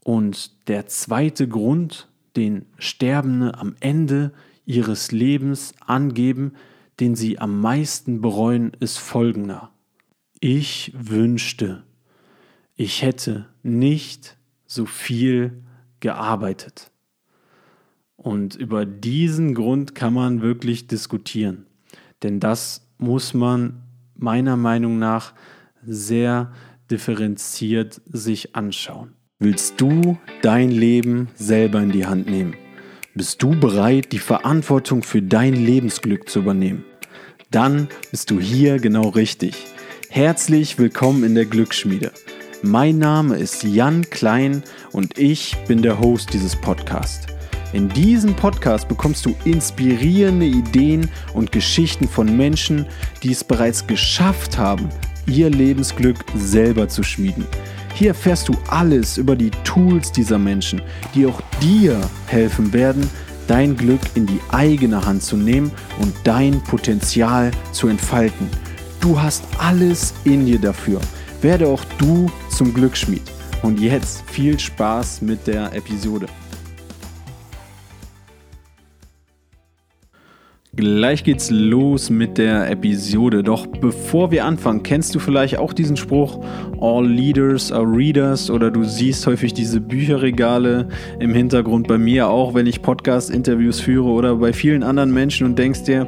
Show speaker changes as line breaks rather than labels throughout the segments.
Und der zweite Grund, den Sterbende am Ende ihres Lebens angeben, den sie am meisten bereuen, ist folgender: Ich wünschte, ich hätte nicht so viel gearbeitet. Und über diesen Grund kann man wirklich diskutieren. Denn das muss man meiner Meinung nach sehr differenziert sich anschauen. Willst du dein Leben selber in die Hand nehmen? Bist du bereit, die Verantwortung für dein Lebensglück zu übernehmen? Dann bist du hier genau richtig. Herzlich willkommen in der Glücksschmiede. Mein Name ist Jan Klein und ich bin der Host dieses Podcasts. In diesem Podcast bekommst du inspirierende Ideen und Geschichten von Menschen, die es bereits geschafft haben, ihr Lebensglück selber zu schmieden. Hier erfährst du alles über die Tools dieser Menschen, die auch dir helfen werden, dein Glück in die eigene Hand zu nehmen und dein Potenzial zu entfalten. Du hast alles in dir dafür. Werde auch du zum Glücksschmied. Und jetzt viel Spaß mit der Episode. Gleich geht's los mit der Episode. Doch bevor wir anfangen, kennst du vielleicht auch diesen Spruch: All leaders are readers, oder du siehst häufig diese Bücherregale im Hintergrund, bei mir auch, wenn ich Podcast-Interviews führe oder bei vielen anderen Menschen, und denkst dir,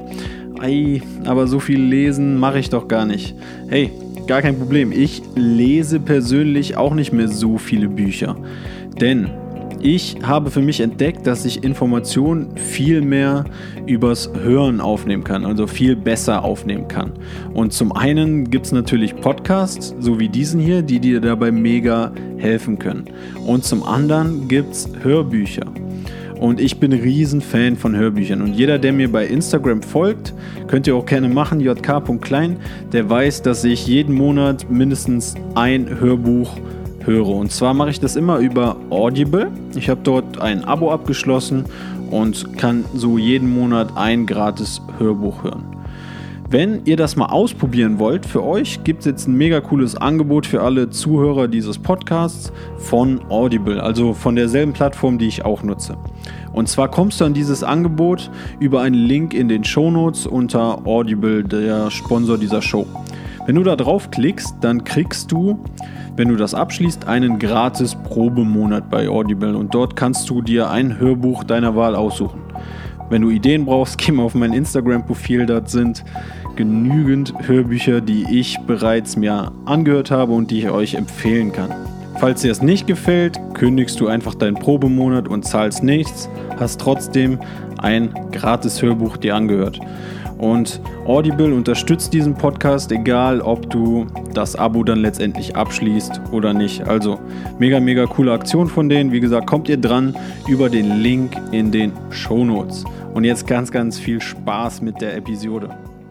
aber so viel lesen mache ich doch gar nicht. Hey, gar kein Problem. Ich lese persönlich auch nicht mehr so viele Bücher. Denn ich habe für mich entdeckt, dass ich Informationen viel mehr übers Hören aufnehmen kann, also viel besser aufnehmen kann. Und zum einen gibt es natürlich Podcasts, so wie diesen hier, die dir dabei mega helfen können. Und zum anderen gibt es Hörbücher. Und ich bin ein Riesenfan von Hörbüchern. Und jeder, der mir bei Instagram folgt, könnt ihr auch gerne machen, jk.klein, der weiß, dass ich jeden Monat mindestens ein Hörbuch höre. Und zwar mache ich das immer über Audible. Ich habe dort ein Abo abgeschlossen und kann so jeden Monat ein gratis Hörbuch hören. Wenn ihr das mal ausprobieren wollt, für euch gibt es jetzt ein mega cooles Angebot für alle Zuhörer dieses Podcasts von Audible, also von derselben Plattform, die ich auch nutze. Und zwar kommst du an dieses Angebot über einen Link in den Shownotes unter Audible, der Sponsor dieser Show. Wenn du da drauf klickst, dann kriegst du, wenn du das abschließt, einen gratis Probemonat bei Audible, und dort kannst du dir ein Hörbuch deiner Wahl aussuchen. Wenn du Ideen brauchst, geh mal auf mein Instagram-Profil, dort sind genügend Hörbücher, die ich bereits mir angehört habe und die ich euch empfehlen kann. Falls dir es nicht gefällt, kündigst du einfach deinen Probemonat und zahlst nichts, hast trotzdem ein gratis Hörbuch dir angehört. Und Audible unterstützt diesen Podcast, egal ob du das Abo dann letztendlich abschließt oder nicht. Also mega coole Aktion von denen. Wie gesagt, kommt ihr dran über den Link in den Shownotes. Und jetzt ganz viel Spaß mit der Episode.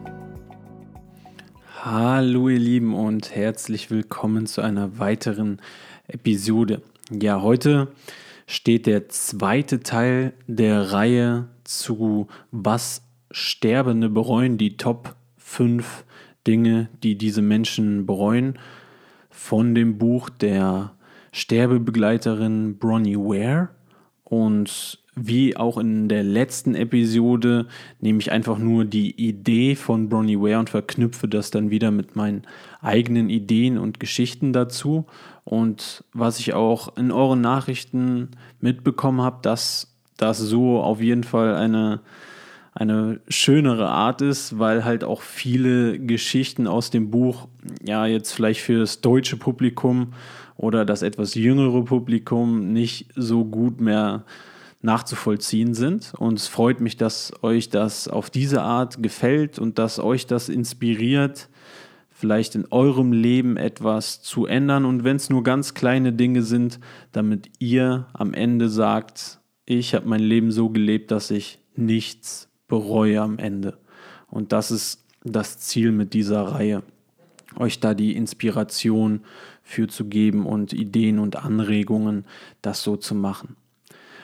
Hallo ihr Lieben und herzlich willkommen zu einer weiteren Episode. Ja, heute steht der zweite Teil der Reihe zu Was Sterbende bereuen, die Top 5 Dinge, die diese Menschen bereuen, von dem Buch der Sterbebegleiterin Bronnie Ware. Und wie auch in der letzten Episode nehme ich einfach nur die Idee von Bronnie Ware und verknüpfe das dann wieder mit meinen eigenen Ideen und Geschichten dazu. Und was ich auch in euren Nachrichten mitbekommen habe, dass das so auf jeden Fall eine schönere Art ist, weil halt auch viele Geschichten aus dem Buch ja jetzt vielleicht für das deutsche Publikum oder das etwas jüngere Publikum nicht so gut mehr nachzuvollziehen sind. Und es freut mich, dass euch das auf diese Art gefällt und dass euch das inspiriert, vielleicht in eurem Leben etwas zu ändern. Und wenn es nur ganz kleine Dinge sind, damit ihr am Ende sagt, ich habe mein Leben so gelebt, dass ich nichts bereue am Ende. Und das ist das Ziel mit dieser Reihe, euch da die Inspiration für zu geben und Ideen und Anregungen, das so zu machen.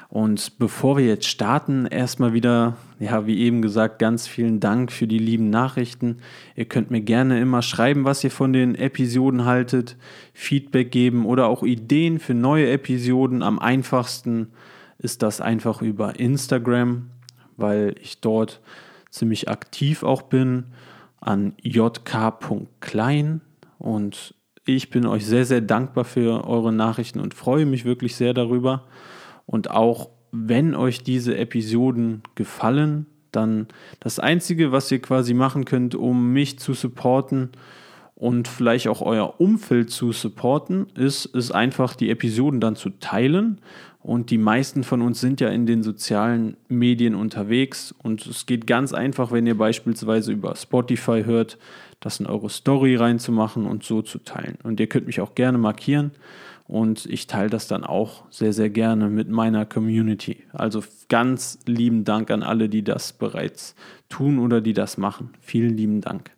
Und bevor wir jetzt starten, erstmal wieder, ja, wie eben gesagt, ganz vielen Dank für die lieben Nachrichten. Ihr könnt mir gerne immer schreiben, was ihr von den Episoden haltet, Feedback geben oder auch Ideen für neue Episoden. Am einfachsten ist das einfach über Instagram, weil ich dort ziemlich aktiv auch bin, an jk.klein. Und ich bin euch sehr, sehr dankbar für eure Nachrichten und freue mich wirklich sehr darüber. Und auch wenn euch diese Episoden gefallen, dann das Einzige, was ihr quasi machen könnt, um mich zu supporten und vielleicht auch euer Umfeld zu supporten, ist einfach die Episoden dann zu teilen. Und die meisten von uns sind ja in den sozialen Medien unterwegs. Und es geht ganz einfach, wenn ihr beispielsweise über Spotify hört, das in eure Story reinzumachen und so zu teilen. Und ihr könnt mich auch gerne markieren. Und ich teile das dann auch sehr, sehr gerne mit meiner Community. Also ganz lieben Dank an alle, die das bereits tun oder die das machen. Vielen lieben Dank.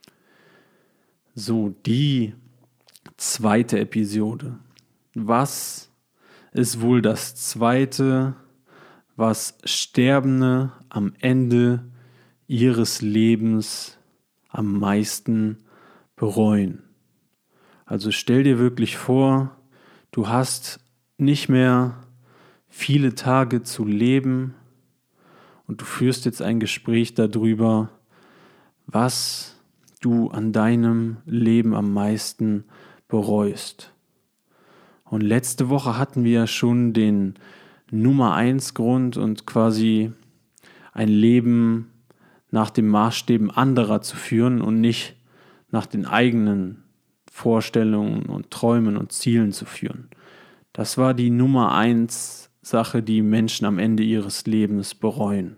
So, die zweite Episode. Was ist wohl das Zweite, was Sterbende am Ende ihres Lebens am meisten bereuen? Also stell dir wirklich vor, du hast nicht mehr viele Tage zu leben und du führst jetzt ein Gespräch darüber, was du an deinem Leben am meisten bereust. Und letzte Woche hatten wir ja schon den Nummer 1 Grund und quasi ein Leben nach den Maßstäben anderer zu führen und nicht nach den eigenen Vorstellungen und Träumen und Zielen zu führen. Das war die Nummer 1 Sache, die Menschen am Ende ihres Lebens bereuen.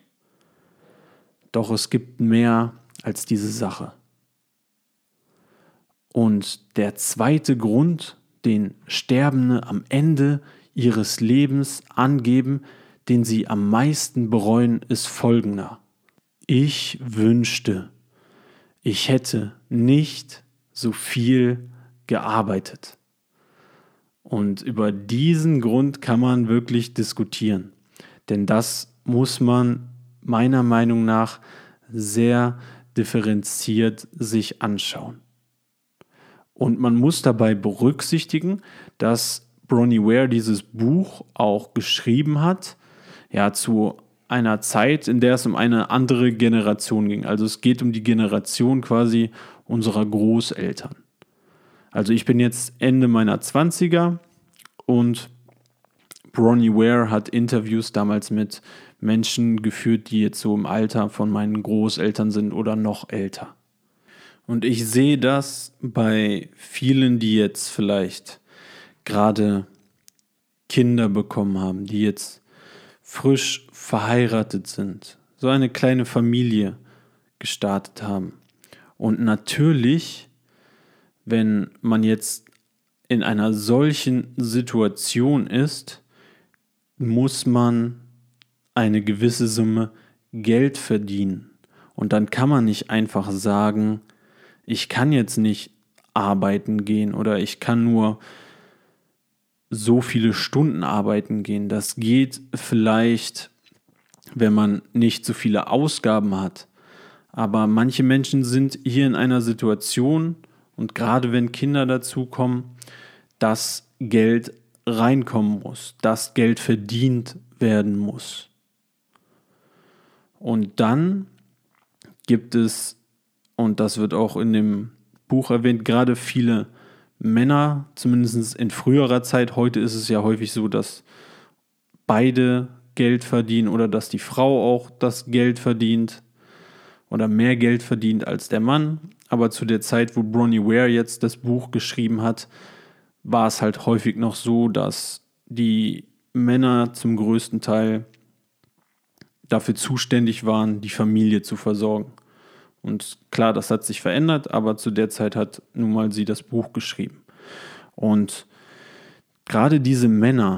Doch es gibt mehr als diese Sache. Und der zweite Grund, den Sterbende am Ende ihres Lebens angeben, den sie am meisten bereuen, ist folgender. Ich wünschte, ich hätte nicht so viel gearbeitet. Und über diesen Grund kann man wirklich diskutieren. Denn das muss man meiner Meinung nach sehr differenziert sich anschauen. Und man muss dabei berücksichtigen, dass Bronnie Ware dieses Buch auch geschrieben hat, ja, zu einer Zeit, in der es um eine andere Generation ging. Also es geht um die Generation quasi unserer Großeltern. Also ich bin jetzt Ende meiner 20er und Bronnie Ware hat Interviews damals mit Menschen geführt, die jetzt so im Alter von meinen Großeltern sind oder noch älter. Und ich sehe das bei vielen, die jetzt vielleicht gerade Kinder bekommen haben, die jetzt frisch verheiratet sind, so eine kleine Familie gestartet haben. Und natürlich, wenn man jetzt in einer solchen Situation ist, muss man eine gewisse Summe Geld verdienen. Und dann kann man nicht einfach sagen, ich kann jetzt nicht arbeiten gehen oder ich kann nur so viele Stunden arbeiten gehen. Das geht vielleicht, wenn man nicht so viele Ausgaben hat. Aber manche Menschen sind hier in einer Situation, und gerade wenn Kinder dazukommen, dass Geld reinkommen muss, dass Geld verdient werden muss. Und dann gibt es, und das wird auch in dem Buch erwähnt, gerade viele Männer, zumindest in früherer Zeit, heute ist es ja häufig so, dass beide Geld verdienen oder dass die Frau auch das Geld verdient oder mehr Geld verdient als der Mann. Aber zu der Zeit, wo Bronnie Ware jetzt das Buch geschrieben hat, war es halt häufig noch so, dass die Männer zum größten Teil dafür zuständig waren, die Familie zu versorgen. Und klar, das hat sich verändert, aber zu der Zeit hat nun mal sie das Buch geschrieben. Und gerade diese Männer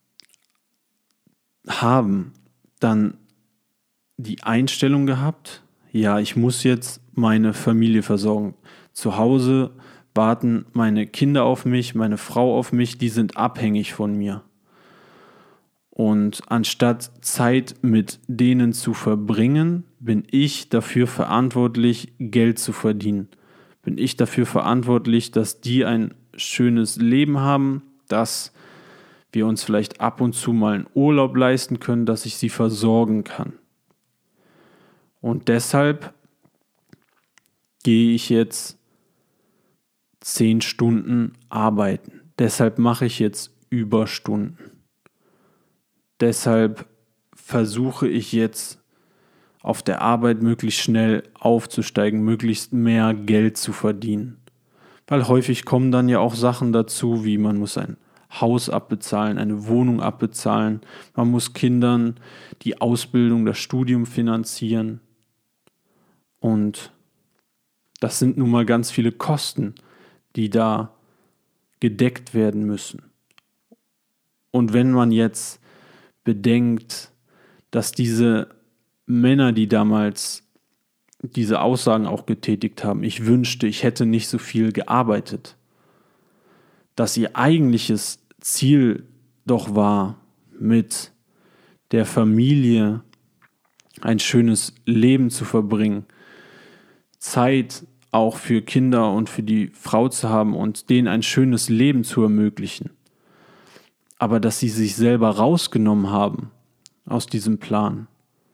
haben dann die Einstellung gehabt, ja, ich muss jetzt meine Familie versorgen. Zu Hause warten meine Kinder auf mich, meine Frau auf mich, die sind abhängig von mir. Und anstatt Zeit mit denen zu verbringen, bin ich dafür verantwortlich, Geld zu verdienen. Bin ich dafür verantwortlich, dass die ein schönes Leben haben, dass wir uns vielleicht ab und zu mal einen Urlaub leisten können, dass ich sie versorgen kann. Und deshalb gehe ich jetzt 10 Stunden arbeiten. Deshalb mache ich jetzt Überstunden. Deshalb versuche ich jetzt auf der Arbeit möglichst schnell aufzusteigen, möglichst mehr Geld zu verdienen. Weil häufig kommen dann ja auch Sachen dazu, wie man muss ein Haus abbezahlen, eine Wohnung abbezahlen, man muss Kindern die Ausbildung, das Studium finanzieren. Und das sind nun mal ganz viele Kosten, die da gedeckt werden müssen. Und wenn man jetzt bedenkt, dass diese Männer, die damals diese Aussagen auch getätigt haben, ich wünschte, ich hätte nicht so viel gearbeitet, dass ihr eigentliches Ziel doch war, mit der Familie ein schönes Leben zu verbringen, Zeit auch für Kinder und für die Frau zu haben und denen ein schönes Leben zu ermöglichen. Aber dass sie sich selber rausgenommen haben aus diesem Plan.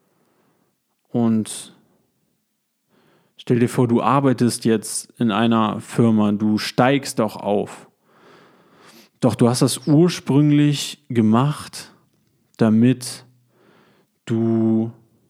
Und stell dir vor, du arbeitest jetzt in einer Firma, du steigst auch auf. Doch du hast das ursprünglich gemacht, damit du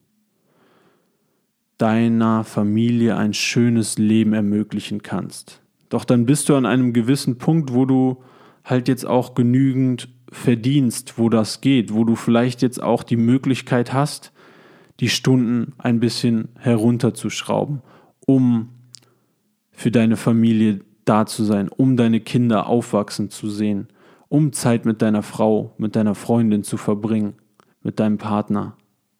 deiner Familie ein schönes Leben ermöglichen kannst. Doch dann bist du an einem gewissen Punkt, wo du halt jetzt auch genügend verdienst, wo das geht, wo du vielleicht jetzt auch die Möglichkeit hast, die Stunden ein bisschen herunterzuschrauben, um für deine Familie da zu sein, um deine Kinder aufwachsen zu sehen, um Zeit mit deiner Frau, mit deiner Freundin zu verbringen, mit deinem Partner.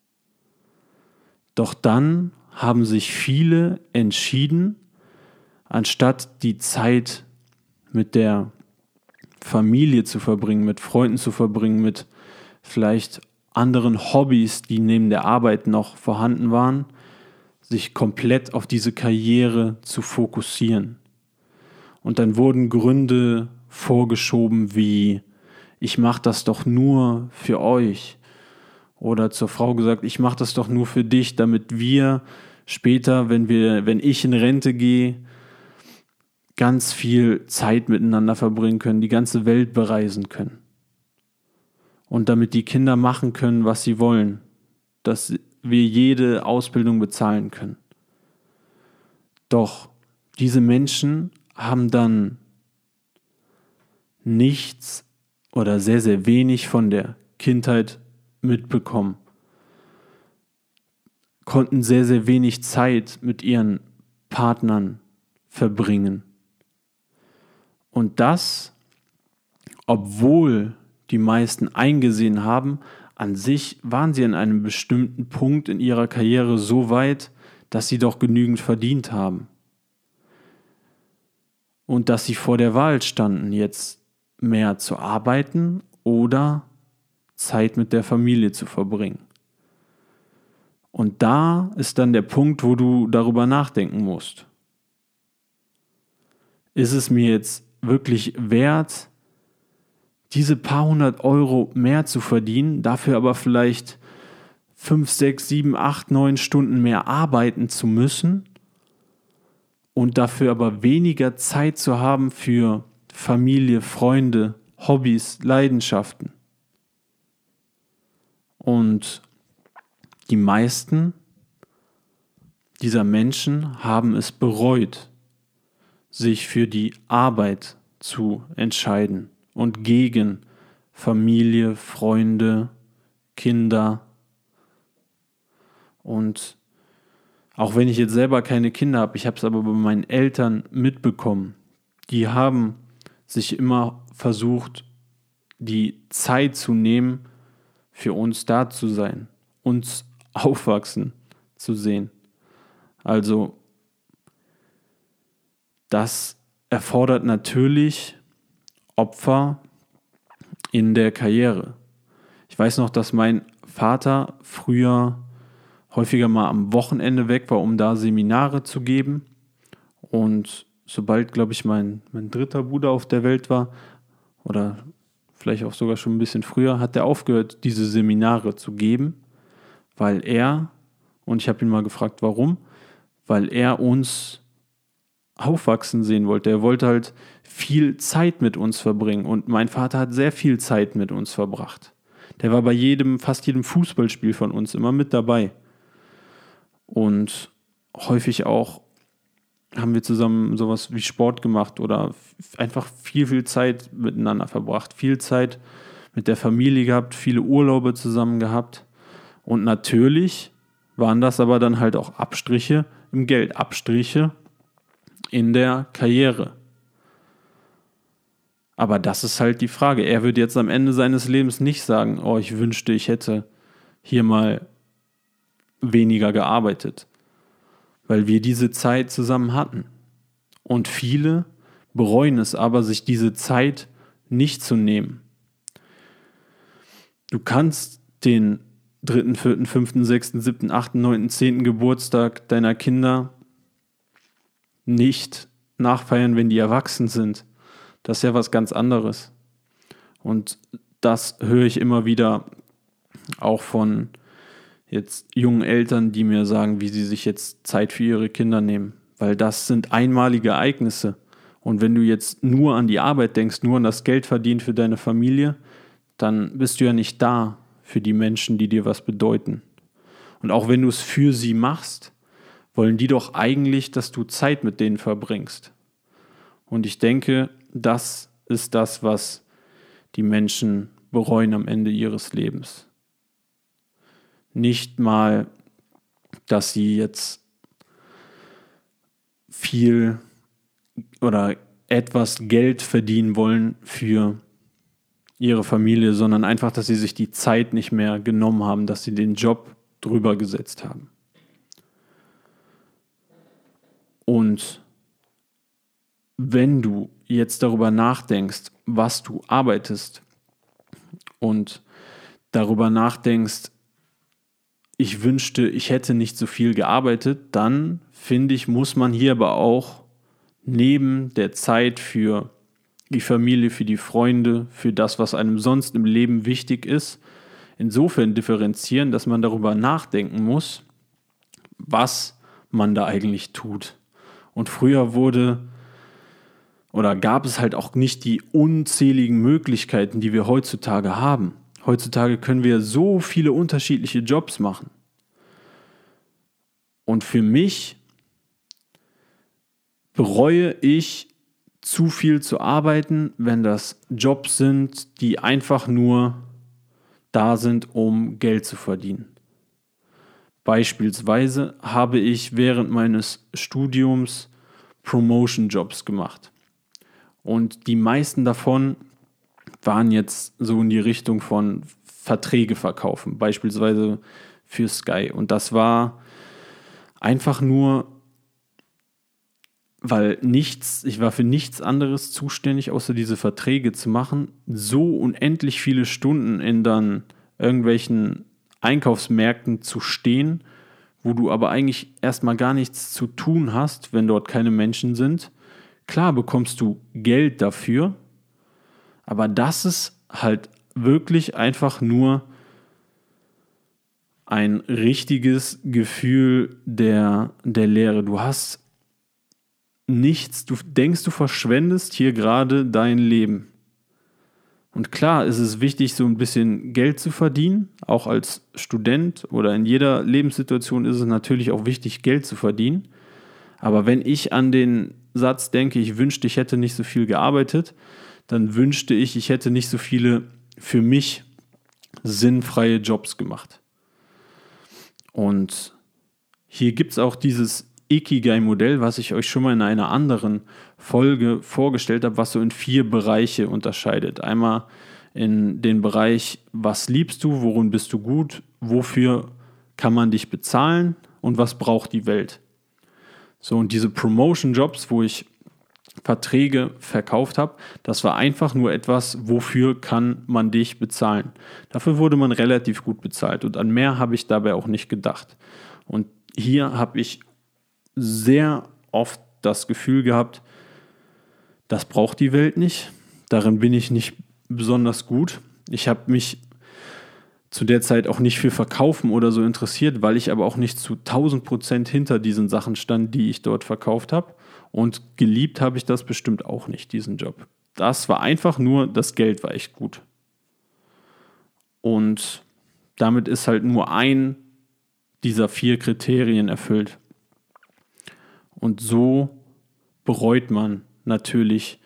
Doch dann haben sich viele entschieden, anstatt die Zeit mit der Familie zu verbringen, mit Freunden zu verbringen, mit vielleicht anderen Hobbys, die neben der Arbeit noch vorhanden waren, sich komplett auf diese Karriere zu fokussieren. Und dann wurden Gründe vorgeschoben wie, ich mache das doch nur für euch. Oder zur Frau gesagt, ich mache das doch nur für dich, damit wir später, wenn ich in Rente gehe, ganz viel Zeit miteinander verbringen können, die ganze Welt bereisen können. Und damit die Kinder machen können, was sie wollen, dass wir jede Ausbildung bezahlen können. Doch diese Menschen haben dann nichts oder sehr, sehr wenig von der Kindheit mitbekommen, konnten sehr, sehr wenig Zeit mit ihren Partnern verbringen. Und das, obwohl die meisten eingesehen haben, an sich waren sie an einem bestimmten Punkt in ihrer Karriere so weit, dass sie doch genügend verdient haben. Und dass sie vor der Wahl standen, jetzt mehr zu arbeiten oder Zeit mit der Familie zu verbringen. Und da ist dann der Punkt, wo du darüber nachdenken musst. Ist es mir jetzt wirklich wert, diese paar 100 Euro mehr zu verdienen, dafür aber vielleicht 5, 6, 7, 8, 9 Stunden mehr arbeiten zu müssen und dafür aber weniger Zeit zu haben für Familie, Freunde, Hobbys, Leidenschaften? Und die meisten dieser Menschen haben es bereut, sich für die Arbeit zu entscheiden und gegen Familie, Freunde, Kinder. Und auch wenn ich jetzt selber keine Kinder habe, ich habe es aber bei meinen Eltern mitbekommen, die haben sich immer versucht, die Zeit zu nehmen, für uns da zu sein, uns aufwachsen zu sehen. Also das erfordert natürlich Opfer in der Karriere. Ich weiß noch, dass mein Vater früher häufiger mal am Wochenende weg war, um da Seminare zu geben. Und sobald, glaube ich, mein dritter Bruder auf der Welt war, oder vielleicht auch sogar schon ein bisschen früher, hat er aufgehört, diese Seminare zu geben, weil er, und ich habe ihn mal gefragt, warum, weil er uns aufwachsen sehen wollte. Er wollte halt viel Zeit mit uns verbringen und mein Vater hat sehr viel Zeit mit uns verbracht. Der war bei fast jedem Fußballspiel von uns immer mit dabei. Und häufig auch haben wir zusammen sowas wie Sport gemacht oder einfach viel Zeit miteinander verbracht. Viel Zeit mit der Familie gehabt, viele Urlaube zusammen gehabt. Und natürlich waren das aber dann halt auch Abstriche im Geld, Abstriche in der Karriere. Aber das ist halt die Frage. Er wird jetzt am Ende seines Lebens nicht sagen, oh, ich wünschte, ich hätte hier mal weniger gearbeitet, weil wir diese Zeit zusammen hatten. Und viele bereuen es aber, sich diese Zeit nicht zu nehmen. Du kannst den 3., 4., 5., 6., 7., 8., 9., 10. Geburtstag deiner Kinder nicht nachfeiern, wenn die erwachsen sind. Das ist ja was ganz anderes. Und das höre ich immer wieder auch von jetzt jungen Eltern, die mir sagen, wie sie sich jetzt Zeit für ihre Kinder nehmen. Weil das sind einmalige Ereignisse. Und wenn du jetzt nur an die Arbeit denkst, nur an das Geld verdienen für deine Familie, dann bist du ja nicht da für die Menschen, die dir was bedeuten. Und auch wenn du es für sie machst, wollen die doch eigentlich, dass du Zeit mit denen verbringst. Und ich denke, das ist das, was die Menschen bereuen am Ende ihres Lebens. Nicht mal, dass sie jetzt viel oder etwas Geld verdienen wollen für ihre Familie, sondern einfach, dass sie sich die Zeit nicht mehr genommen haben, dass sie den Job drüber gesetzt haben. Und wenn du jetzt darüber nachdenkst, was du arbeitest und darüber nachdenkst, ich wünschte, ich hätte nicht so viel gearbeitet, dann finde ich, muss man hier aber auch neben der Zeit für die Familie, für die Freunde, für das, was einem sonst im Leben wichtig ist, insofern differenzieren, dass man darüber nachdenken muss, was man da eigentlich tut. Und früher gab es halt auch nicht die unzähligen Möglichkeiten, die wir heutzutage haben. Heutzutage können wir so viele unterschiedliche Jobs machen. Und für mich bereue ich, zu viel zu arbeiten, wenn das Jobs sind, die einfach nur da sind, um Geld zu verdienen. Beispielsweise habe ich während meines Studiums Promotion-Jobs gemacht. Und die meisten davon waren jetzt so in die Richtung von Verträge verkaufen, beispielsweise für Sky. Und das war einfach nur, weil ich war für nichts anderes zuständig, außer diese Verträge zu machen, so unendlich viele Stunden in dann irgendwelchen Einkaufsmärkten zu stehen, wo du aber eigentlich erstmal gar nichts zu tun hast, wenn dort keine Menschen sind. Klar bekommst du Geld dafür, aber das ist halt wirklich einfach nur ein richtiges Gefühl der Leere. Du hast nichts, du denkst, du verschwendest hier gerade dein Leben. Und klar ist es wichtig, so ein bisschen Geld zu verdienen, auch als Student oder in jeder Lebenssituation ist es natürlich auch wichtig, Geld zu verdienen. Aber wenn ich an den Satz denke, ich wünschte, ich hätte nicht so viel gearbeitet, dann wünschte ich hätte nicht so viele für mich sinnfreie Jobs gemacht. Und hier gibt es auch dieses Ikigai-Modell, was ich euch schon mal in einer anderen Folge vorgestellt habe, was so in 4 Bereiche unterscheidet. Einmal in den Bereich, was liebst du, worin bist du gut, wofür kann man dich bezahlen und was braucht die Welt. So, und diese Promotion-Jobs, wo ich Verträge verkauft habe, das war einfach nur etwas, wofür kann man dich bezahlen. Dafür wurde man relativ gut bezahlt und an mehr habe ich dabei auch nicht gedacht. Und hier habe ich sehr oft das Gefühl gehabt, das braucht die Welt nicht, darin bin ich nicht besonders gut. Ich habe mich zu der Zeit auch nicht für Verkaufen oder so interessiert, weil ich aber auch nicht zu 1000% hinter diesen Sachen stand, die ich dort verkauft habe. Und geliebt habe ich das bestimmt auch nicht, diesen Job. Das war einfach nur, das Geld war echt gut. Und damit ist halt nur ein dieser 4 Kriterien erfüllt. Und so bereut man natürlich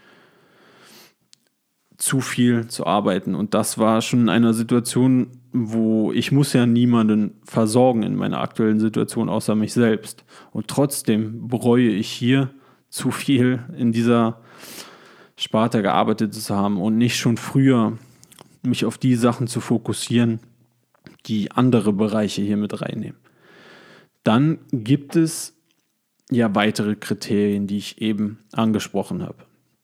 zu viel zu arbeiten. Und das war schon in einer Situation, wo ich muss ja niemanden versorgen in meiner aktuellen Situation, außer mich selbst. Und trotzdem bereue ich hier zu viel in dieser Sparte gearbeitet zu haben und nicht schon früher mich auf die Sachen zu fokussieren, die andere Bereiche hier mit reinnehmen. Dann gibt es ja weitere Kriterien, die ich eben angesprochen habe.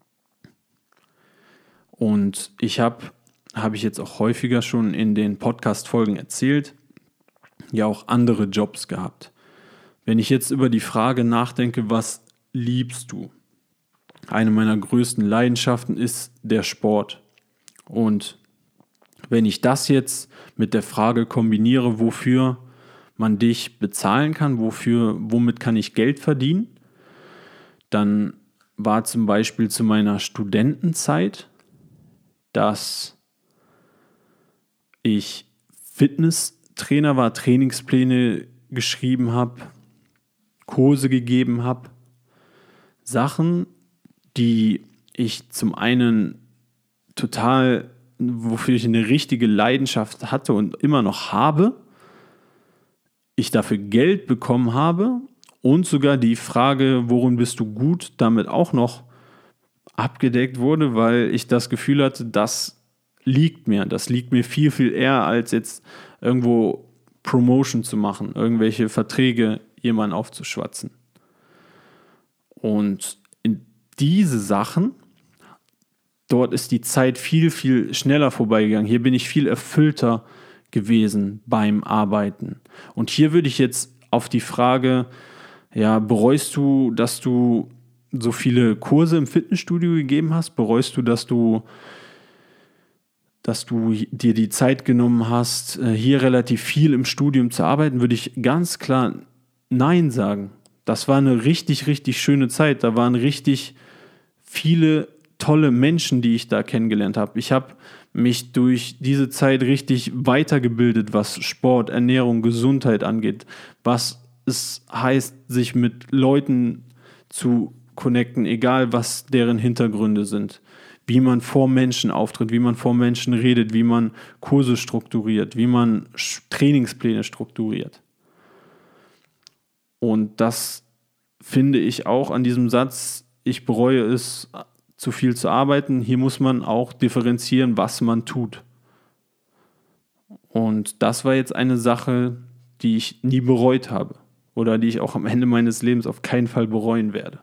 Und habe ich jetzt auch häufiger schon in den Podcast-Folgen erzählt, ja auch andere Jobs gehabt. Wenn ich jetzt über die Frage nachdenke, was liebst du? Eine meiner größten Leidenschaften ist der Sport. Und wenn ich das jetzt mit der Frage kombiniere, wofür man dich bezahlen kann, womit kann ich Geld verdienen, dann war zum Beispiel zu meiner Studentenzeit, dass ich Fitnesstrainer war, Trainingspläne geschrieben habe, Kurse gegeben habe, Sachen, die ich zum einen wofür ich eine richtige Leidenschaft hatte und immer noch habe, ich dafür Geld bekommen habe und sogar die Frage, worin bist du gut, damit auch noch abgedeckt wurde, weil ich das Gefühl hatte, das liegt mir viel, viel eher, als jetzt irgendwo Promotion zu machen, irgendwelche Verträge jemandem aufzuschwatzen. Und in diese Sachen, dort ist die Zeit viel, viel schneller vorbeigegangen. Hier bin ich viel erfüllter gewesen beim Arbeiten. Und hier würde ich jetzt auf die Frage, ja, bereust du, dass du so viele Kurse im Fitnessstudio gegeben hast? Bereust du, dass du dir die Zeit genommen hast, hier relativ viel im Studium zu arbeiten? Würde ich ganz klar Nein sagen. Das war eine richtig, richtig schöne Zeit. Da waren richtig viele tolle Menschen, die ich da kennengelernt habe. Ich habe mich durch diese Zeit richtig weitergebildet, was Sport, Ernährung, Gesundheit angeht. Was es heißt, sich mit Leuten zu connecten, egal was deren Hintergründe sind. Wie man vor Menschen auftritt, wie man vor Menschen redet, wie man Kurse strukturiert, wie man Trainingspläne strukturiert. Und das finde ich auch an diesem Satz, ich bereue es, zu viel zu arbeiten. Hier muss man auch differenzieren, was man tut. Und das war jetzt eine Sache, die ich nie bereut habe oder die ich auch am Ende meines Lebens auf keinen Fall bereuen werde.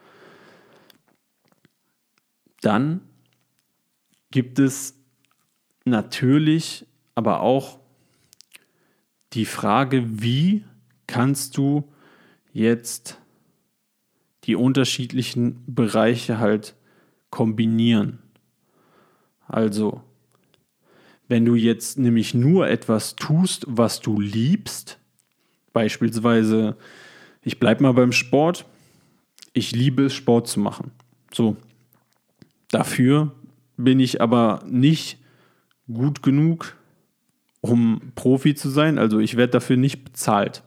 Dann gibt es natürlich aber auch die Frage, wie kannst du jetzt die unterschiedlichen Bereiche halt kombinieren. Also, wenn du jetzt nämlich nur etwas tust, was du liebst, beispielsweise, ich bleibe mal beim Sport, ich liebe es, Sport zu machen. So, dafür bin ich aber nicht gut genug, um Profi zu sein, also ich werde dafür nicht bezahlt.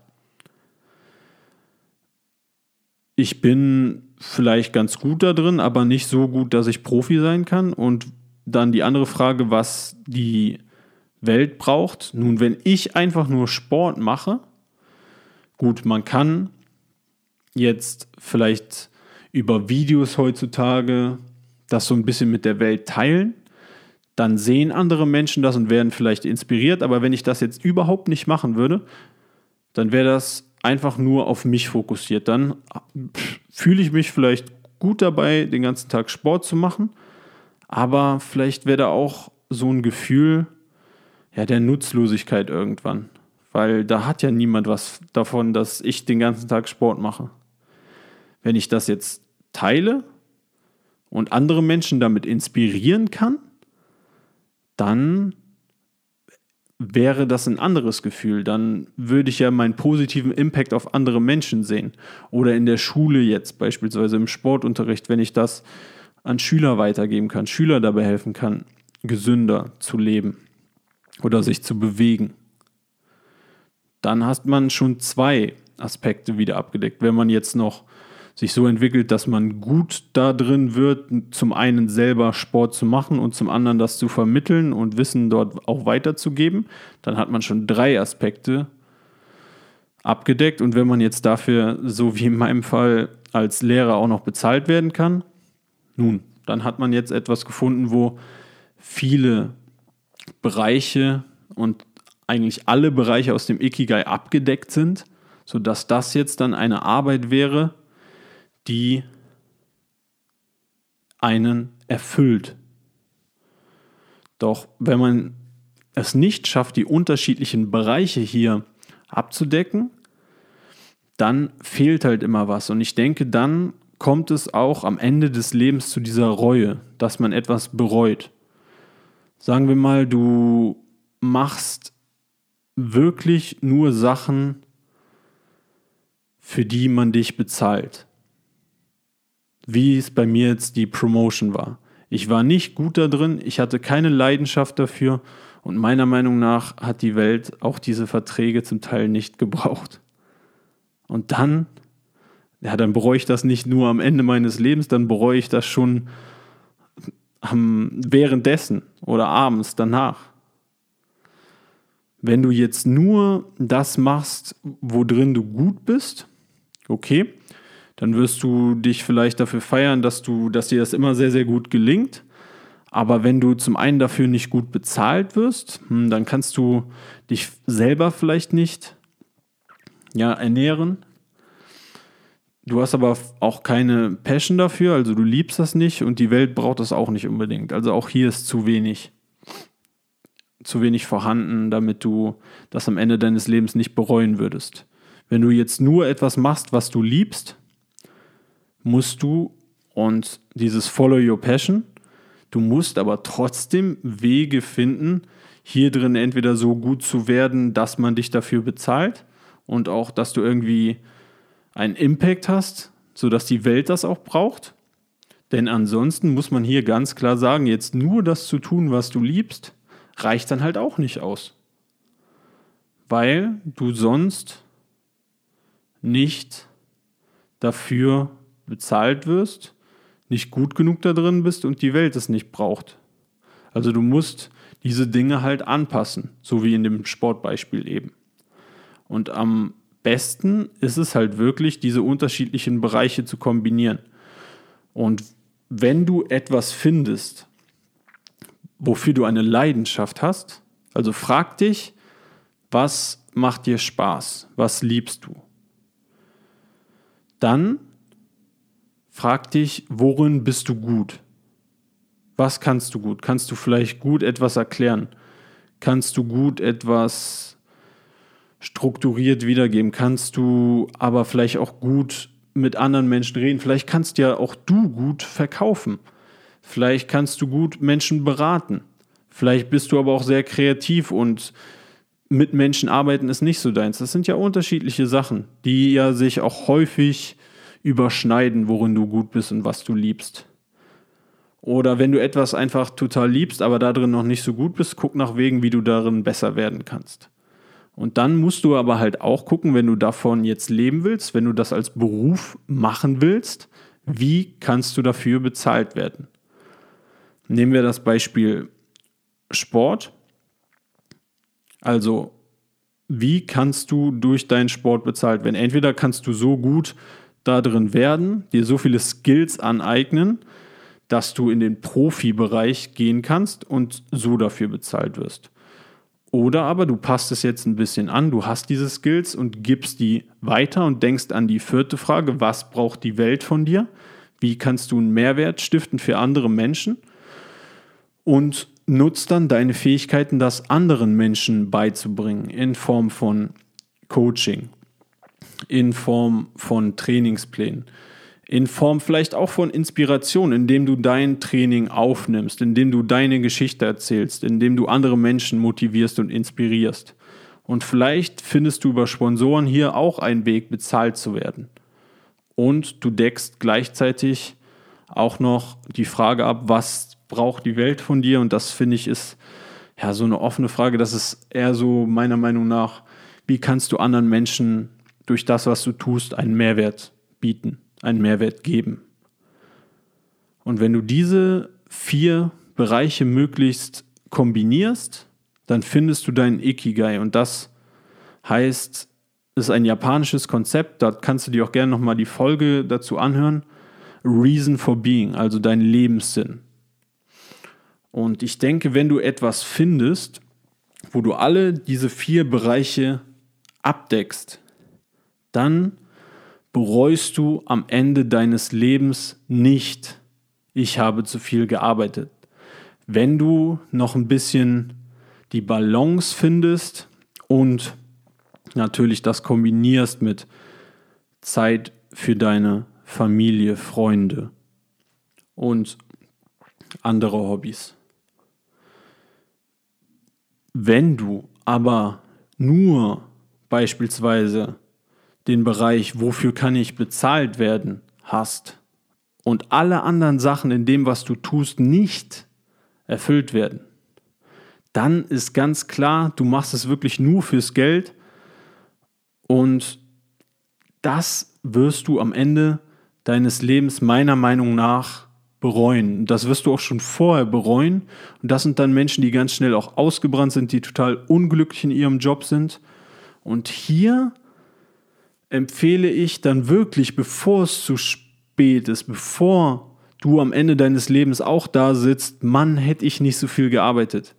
Ich bin vielleicht ganz gut da drin, aber nicht so gut, dass ich Profi sein kann. Und dann die andere Frage, was die Welt braucht. Nun, wenn ich einfach nur Sport mache, gut, man kann jetzt vielleicht über Videos heutzutage das so ein bisschen mit der Welt teilen. Dann sehen andere Menschen das und werden vielleicht inspiriert. Aber wenn ich das jetzt überhaupt nicht machen würde, dann wäre das einfach nur auf mich fokussiert. Dann fühle ich mich vielleicht gut dabei, den ganzen Tag Sport zu machen, aber vielleicht wäre da auch so ein Gefühl, ja, der Nutzlosigkeit irgendwann. Weil da hat ja niemand was davon, dass ich den ganzen Tag Sport mache. Wenn ich das jetzt teile und andere Menschen damit inspirieren kann, dann wäre das ein anderes Gefühl. Dann würde ich ja meinen positiven Impact auf andere Menschen sehen. Oder in der Schule jetzt, beispielsweise im Sportunterricht, wenn ich das an Schüler weitergeben kann, Schüler dabei helfen kann, gesünder zu leben oder sich zu bewegen. Dann hat man schon 2 Aspekte wieder abgedeckt. Wenn man jetzt noch sich so entwickelt, dass man gut da drin wird, zum einen selber Sport zu machen und zum anderen das zu vermitteln und Wissen dort auch weiterzugeben, dann hat man schon 3 Aspekte abgedeckt. Und wenn man jetzt dafür, so wie in meinem Fall, als Lehrer auch noch bezahlt werden kann, nun, dann hat man jetzt etwas gefunden, wo viele Bereiche und eigentlich alle Bereiche aus dem Ikigai abgedeckt sind, sodass das jetzt dann eine Arbeit wäre, die einen erfüllt. Doch wenn man es nicht schafft, die unterschiedlichen Bereiche hier abzudecken, dann fehlt halt immer was. Und ich denke, dann kommt es auch am Ende des Lebens zu dieser Reue, dass man etwas bereut. Sagen wir mal, du machst wirklich nur Sachen, für die man dich bezahlt. Wie es bei mir jetzt die Promotion war. Ich war nicht gut da drin, ich hatte keine Leidenschaft dafür und meiner Meinung nach hat die Welt auch diese Verträge zum Teil nicht gebraucht. Und dann bereue ich das nicht nur am Ende meines Lebens, dann bereue ich das schon währenddessen oder abends danach. Wenn du jetzt nur das machst, wo drin du gut bist, okay, dann wirst du dich vielleicht dafür feiern, dass dir das immer sehr, sehr gut gelingt. Aber wenn du zum einen dafür nicht gut bezahlt wirst, dann kannst du dich selber vielleicht nicht ernähren. Du hast aber auch keine Passion dafür, also du liebst das nicht und die Welt braucht das auch nicht unbedingt. Also auch hier ist zu wenig vorhanden, damit du das am Ende deines Lebens nicht bereuen würdest. Wenn du jetzt nur etwas machst, was du liebst, musst du, und dieses Follow Your Passion, du musst aber trotzdem Wege finden, hier drin entweder so gut zu werden, dass man dich dafür bezahlt und auch, dass du irgendwie einen Impact hast, sodass die Welt das auch braucht. Denn ansonsten muss man hier ganz klar sagen, jetzt nur das zu tun, was du liebst, reicht dann halt auch nicht aus. Weil du sonst nicht dafür bezahlt wirst, nicht gut genug da drin bist und die Welt es nicht braucht. Also du musst diese Dinge halt anpassen, so wie in dem Sportbeispiel eben. Und am besten ist es halt wirklich, diese unterschiedlichen Bereiche zu kombinieren. Und wenn du etwas findest, wofür du eine Leidenschaft hast, also frag dich, was macht dir Spaß? Was liebst du? Dann frag dich, worin bist du gut? Was kannst du gut? Kannst du vielleicht gut etwas erklären? Kannst du gut etwas strukturiert wiedergeben? Kannst du aber vielleicht auch gut mit anderen Menschen reden? Vielleicht kannst ja auch du gut verkaufen. Vielleicht kannst du gut Menschen beraten. Vielleicht bist du aber auch sehr kreativ und mit Menschen arbeiten ist nicht so deins. Das sind ja unterschiedliche Sachen, die ja sich auch häufig überschneiden, worin du gut bist und was du liebst. Oder wenn du etwas einfach total liebst, aber darin noch nicht so gut bist, guck nach Wegen, wie du darin besser werden kannst. Und dann musst du aber halt auch gucken, wenn du davon jetzt leben willst, wenn du das als Beruf machen willst, wie kannst du dafür bezahlt werden? Nehmen wir das Beispiel Sport. Also, wie kannst du durch deinen Sport bezahlt werden? Entweder kannst du so gut da drin werden, dir so viele Skills aneignen, dass du in den Profibereich gehen kannst und so dafür bezahlt wirst. Oder aber du passt es jetzt ein bisschen an, du hast diese Skills und gibst die weiter und denkst an die 4. Frage, was braucht die Welt von dir? Wie kannst du einen Mehrwert stiften für andere Menschen? Und nutzt dann deine Fähigkeiten, das anderen Menschen beizubringen, in Form von Coaching, in Form von Trainingsplänen, in Form vielleicht auch von Inspiration, indem du dein Training aufnimmst, indem du deine Geschichte erzählst, indem du andere Menschen motivierst und inspirierst. Und vielleicht findest du über Sponsoren hier auch einen Weg, bezahlt zu werden. Und du deckst gleichzeitig auch noch die Frage ab, was braucht die Welt von dir? Und das, finde ich, ist ja so eine offene Frage. Das ist eher so meiner Meinung nach, wie kannst du anderen Menschen durch das, was du tust, einen Mehrwert bieten, einen Mehrwert geben? Und wenn du diese 4 Bereiche möglichst kombinierst, dann findest du deinen Ikigai. Und das heißt, es ist ein japanisches Konzept, da kannst du dir auch gerne nochmal die Folge dazu anhören. Reason for Being, also dein Lebenssinn. Und ich denke, wenn du etwas findest, wo du alle diese 4 Bereiche abdeckst, dann bereust du am Ende deines Lebens nicht, ich habe zu viel gearbeitet. Wenn du noch ein bisschen die Balance findest und natürlich das kombinierst mit Zeit für deine Familie, Freunde und andere Hobbys. Wenn du aber nur beispielsweise den Bereich, wofür kann ich bezahlt werden, hast und alle anderen Sachen in dem, was du tust, nicht erfüllt werden, dann ist ganz klar, du machst es wirklich nur fürs Geld und das wirst du am Ende deines Lebens meiner Meinung nach bereuen. Das wirst du auch schon vorher bereuen. Und das sind dann Menschen, die ganz schnell auch ausgebrannt sind, die total unglücklich in ihrem Job sind. Und hier empfehle ich dann wirklich, bevor es zu spät ist, bevor du am Ende deines Lebens auch da sitzt, Mann, hätte ich nicht so viel gearbeitet.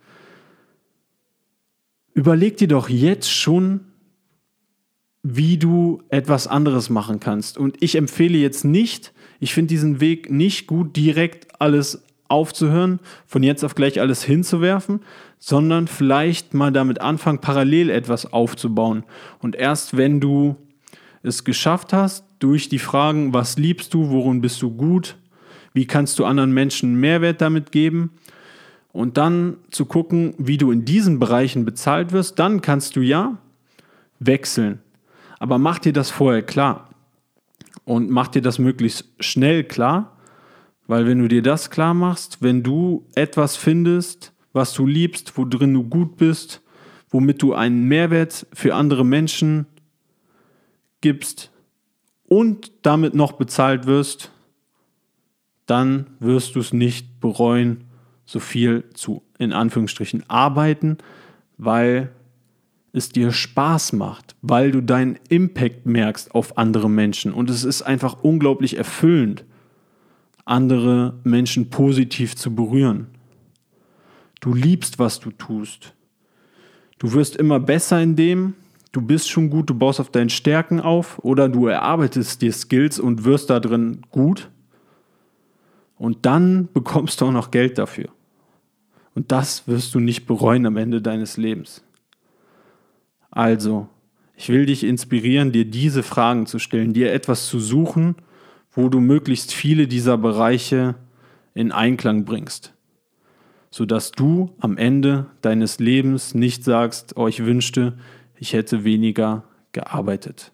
Überleg dir doch jetzt schon, wie du etwas anderes machen kannst. Und ich empfehle jetzt nicht, ich finde diesen Weg nicht gut, direkt alles aufzuhören, von jetzt auf gleich alles hinzuwerfen, sondern vielleicht mal damit anfangen, parallel etwas aufzubauen. Und erst wenn du es geschafft hast, durch die Fragen, was liebst du, worin bist du gut, wie kannst du anderen Menschen Mehrwert damit geben und dann zu gucken, wie du in diesen Bereichen bezahlt wirst, dann kannst du ja wechseln. Aber mach dir das vorher klar und mach dir das möglichst schnell klar, weil wenn du dir das klar machst, wenn du etwas findest, was du liebst, worin du gut bist, womit du einen Mehrwert für andere Menschen gibst und damit noch bezahlt wirst, dann wirst du es nicht bereuen, so viel zu, in Anführungsstrichen, arbeiten, weil es dir Spaß macht, weil du deinen Impact merkst auf andere Menschen. Und es ist einfach unglaublich erfüllend, andere Menschen positiv zu berühren. Du liebst, was du tust. Du wirst immer besser in dem, du bist schon gut, du baust auf deinen Stärken auf oder du erarbeitest dir Skills und wirst da drin gut. Und dann bekommst du auch noch Geld dafür. Und das wirst du nicht bereuen am Ende deines Lebens. Also, ich will dich inspirieren, dir diese Fragen zu stellen, dir etwas zu suchen, wo du möglichst viele dieser Bereiche in Einklang bringst, sodass du am Ende deines Lebens nicht sagst, oh, ich wünschte, ich hätte weniger gearbeitet.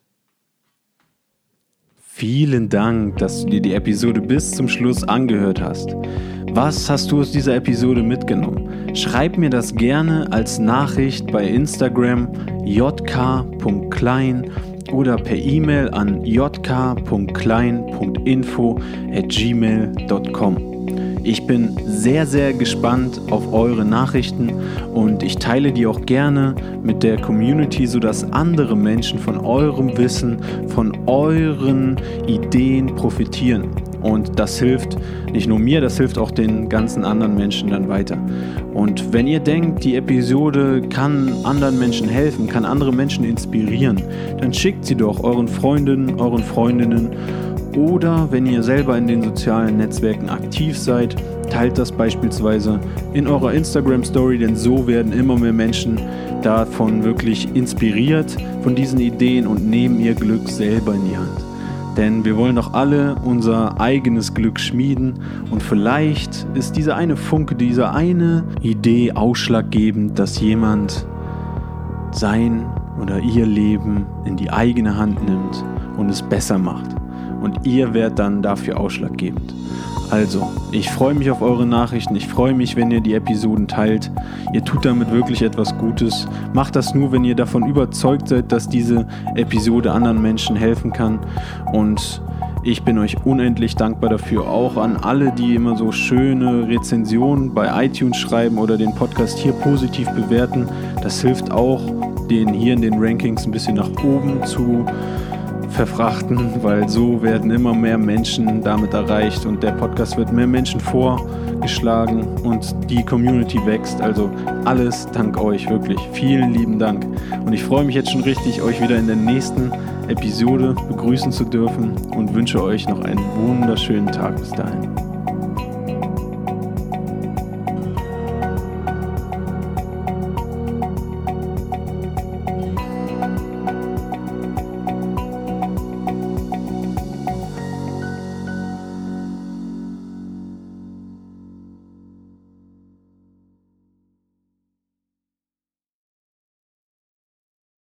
Vielen Dank, dass du dir die Episode bis zum Schluss angehört hast. Was hast du aus dieser Episode mitgenommen? Schreib mir das gerne als Nachricht bei Instagram jk.klein oder per E-Mail an jk.klein.info@gmail.com. Ich bin sehr, sehr gespannt auf eure Nachrichten und ich teile die auch gerne mit der Community, sodass andere Menschen von eurem Wissen, von euren Ideen profitieren. Und das hilft nicht nur mir, das hilft auch den ganzen anderen Menschen dann weiter. Und wenn ihr denkt, die Episode kann anderen Menschen helfen, kann andere Menschen inspirieren, dann schickt sie doch euren Freundinnen, euren Freundinnen Oder wenn ihr selber in den sozialen Netzwerken aktiv seid, teilt das beispielsweise in eurer Instagram-Story, denn so werden immer mehr Menschen davon wirklich inspiriert von diesen Ideen und nehmen ihr Glück selber in die Hand. Denn wir wollen doch alle unser eigenes Glück schmieden und vielleicht ist dieser eine Funke, diese eine Idee ausschlaggebend, dass jemand sein oder ihr Leben in die eigene Hand nimmt und es besser macht. Und ihr werdet dann dafür ausschlaggebend. Also, ich freue mich auf eure Nachrichten, ich freue mich, wenn ihr die Episoden teilt. Ihr tut damit wirklich etwas Gutes. Macht das nur, wenn ihr davon überzeugt seid, dass diese Episode anderen Menschen helfen kann. Und ich bin euch unendlich dankbar dafür, auch an alle, die immer so schöne Rezensionen bei iTunes schreiben oder den Podcast hier positiv bewerten. Das hilft auch, den hier in den Rankings ein bisschen nach oben zu verfrachten, weil so werden immer mehr Menschen damit erreicht und der Podcast wird mehr Menschen vorgeschlagen und die Community wächst. Also alles dank euch, wirklich. Vielen lieben Dank. Und ich freue mich jetzt schon richtig, euch wieder in der nächsten Episode begrüßen zu dürfen und wünsche euch noch einen wunderschönen Tag bis dahin.